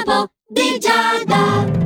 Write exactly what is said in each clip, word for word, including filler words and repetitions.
L'oroscopo di Giada.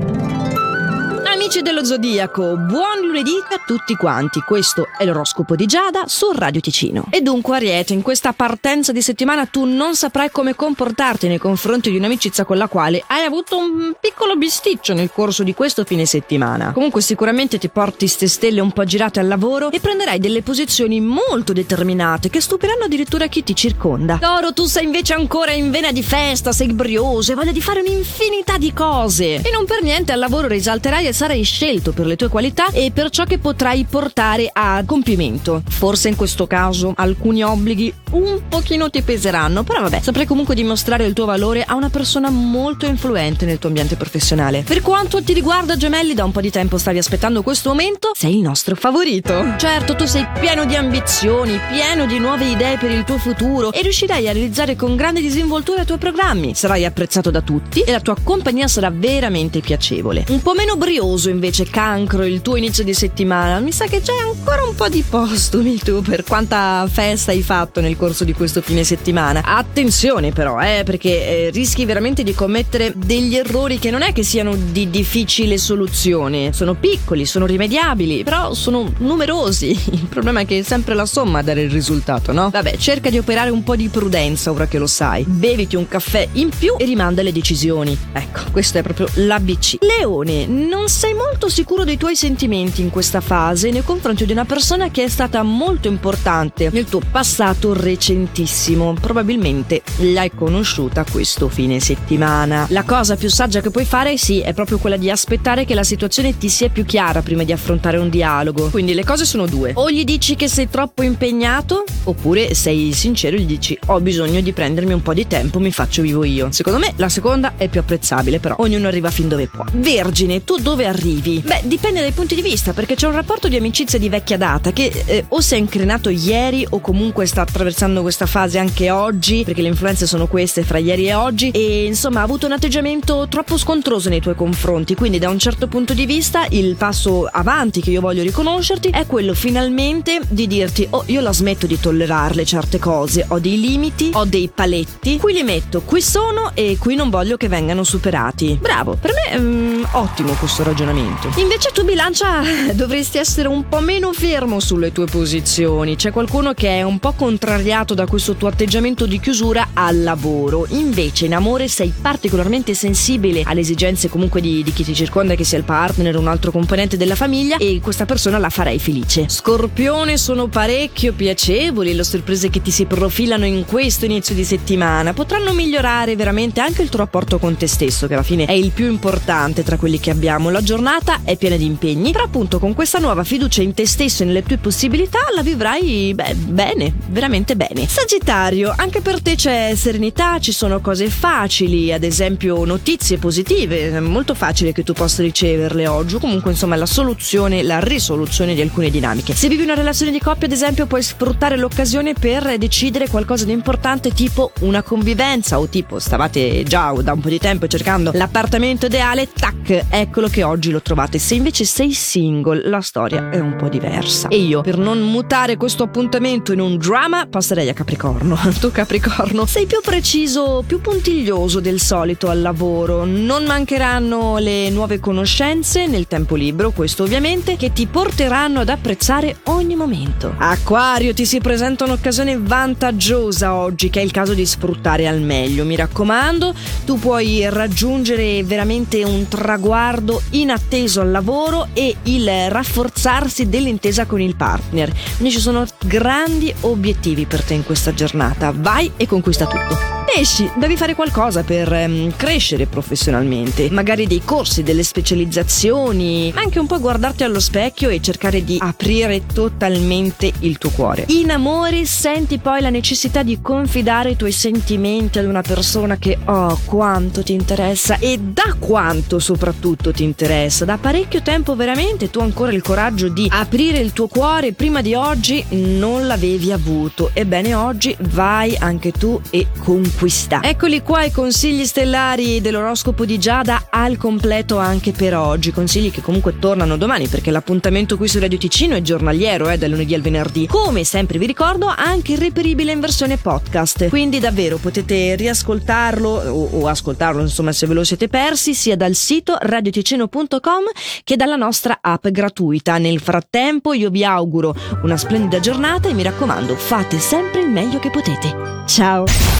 Amici dello Zodiaco, buon lunedì a tutti quanti. Questo è l'oroscopo di Giada su Radio Ticino. E dunque, Ariete, in questa partenza di settimana tu non saprai come comportarti nei confronti di un'amicizia con la quale hai avuto un piccolo bisticcio nel corso di questo fine settimana. Comunque sicuramente ti porti ste stelle un po' girate al lavoro e prenderai delle posizioni molto determinate che stupiranno addirittura chi ti circonda. Toro, tu sei invece ancora in vena di festa, sei brioso e voglia di fare un'infinità di cose e non per niente al lavoro risalterai e sarai scelto per le tue qualità e per ciò che potrai portare a compimento. Forse in questo caso alcuni obblighi un pochino ti peseranno, però vabbè, saprai comunque dimostrare il tuo valore a una persona molto influente nel tuo ambiente professionale. Per quanto ti riguarda, Gemelli, da un po' di tempo stavi aspettando questo momento, sei il nostro favorito. Certo, tu sei pieno di ambizioni, pieno di nuove idee per il tuo futuro e riuscirai a realizzare con grande disinvoltura i tuoi programmi. Sarai apprezzato da tutti e la tua compagnia sarà veramente piacevole. Un po' meno brioso invece, Cancro, il tuo inizio di settimana. Mi sa che c'è ancora un po' di postumi tu per quanta festa hai fatto nel corso di questo fine settimana. Attenzione però, eh, perché eh, rischi veramente di commettere degli errori che non è che siano di difficile soluzione. Sono piccoli, sono rimediabili, però sono numerosi. Il problema è che è sempre la somma a dare il risultato, no? Vabbè, cerca di operare un po' di prudenza ora che lo sai. Beviti un caffè in più e rimanda le decisioni. Ecco, questo è proprio l'A B C. Leone, non sei molto sicuro dei tuoi sentimenti in questa fase nei confronti di una persona che è stata molto importante nel tuo passato recentissimo. Probabilmente l'hai conosciuta questo fine settimana. La cosa più saggia che puoi fare, sì, è proprio quella di aspettare che la situazione ti sia più chiara prima di affrontare un dialogo. Quindi le cose sono due: o gli dici che sei troppo impegnato, oppure sei sincero e gli dici ho bisogno di prendermi un po' di tempo, mi faccio vivo io. Secondo me la seconda è più apprezzabile, però ognuno arriva fin dove può. Vergine, tu dove arrivi? Beh, dipende dai punti di vista, perché c'è un rapporto di amicizia di vecchia data che eh, o si è incrinato ieri o comunque sta attraversando questa fase anche oggi, perché le influenze sono queste fra ieri e oggi, e insomma ha avuto un atteggiamento troppo scontroso nei tuoi confronti. Quindi da un certo punto di vista il passo avanti che io voglio riconoscerti è quello finalmente di dirti oh, io la smetto di tollerarle certe cose, ho dei limiti, ho dei paletti, qui li metto, qui sono e qui non voglio che vengano superati. Bravo, per me um, ottimo questo ragionamento. Invece tu, Bilancia, dovresti essere un po' meno fermo sulle tue posizioni. C'è qualcuno che è un po' contrariato da questo tuo atteggiamento di chiusura al lavoro. Invece in amore sei particolarmente sensibile alle esigenze comunque di, di chi ti circonda, che sia il partner o un altro componente della famiglia, e questa persona la farai felice. Scorpione, sono parecchio piacevoli le sorprese che ti si profilano in questo inizio di settimana. Potranno migliorare veramente anche il tuo rapporto con te stesso, che alla fine è il più importante tra quelli che abbiamo. La giornata è piena di impegni, però appunto con questa nuova fiducia in te stesso e nelle tue possibilità la vivrai beh, bene, veramente bene. Sagittario, anche per te c'è serenità, ci sono cose facili, ad esempio notizie positive, è molto facile che tu possa riceverle oggi, o comunque insomma la soluzione, la risoluzione di alcune dinamiche. Se vivi una relazione di coppia, ad esempio, puoi sfruttare l'occasione per decidere qualcosa di importante, tipo una convivenza, o tipo stavate già da un po' di tempo cercando l'appartamento ideale, tac, eccolo che oggi lo trovate. Se invece sei single, la storia è un po' diversa. E io, per non mutare questo appuntamento in un drama, passerei a Capricorno. Tu, Capricorno, sei più preciso, più puntiglioso del solito al lavoro. Non mancheranno le nuove conoscenze nel tempo libero, questo ovviamente, che ti porteranno ad apprezzare ogni momento. Acquario, ti si presenta un'occasione vantaggiosa oggi che è il caso di sfruttare al meglio. Mi raccomando, tu puoi raggiungere veramente un traguardo inatteso al lavoro e il rafforzarsi dell'intesa con il partner. Quindi ci sono grandi obiettivi per te in questa giornata. Vai e conquista tutto. Pesci, devi fare qualcosa per um, crescere professionalmente, magari dei corsi, delle specializzazioni, ma anche un po' guardarti allo specchio e cercare di aprire totalmente il tuo cuore. In amore senti poi la necessità di confidare i tuoi sentimenti ad una persona che oh quanto ti interessa e da quanto soprattutto ti interessa. stessa. Da parecchio tempo veramente tu ancora il coraggio di aprire il tuo cuore, prima di oggi non l'avevi avuto. Ebbene, oggi vai anche tu e conquista. Eccoli qua i consigli stellari dell'oroscopo di Giada al completo anche per oggi. Consigli che comunque tornano domani, perché l'appuntamento qui su Radio Ticino è giornaliero, eh, dal lunedì al venerdì. Come sempre vi ricordo, anche reperibile in versione podcast, quindi davvero potete riascoltarlo o, o ascoltarlo, insomma, se ve lo siete persi, sia dal sito radioticino punto com che dalla nostra app gratuita. Nel frattempo io vi auguro una splendida giornata e mi raccomando, fate sempre il meglio che potete. Ciao!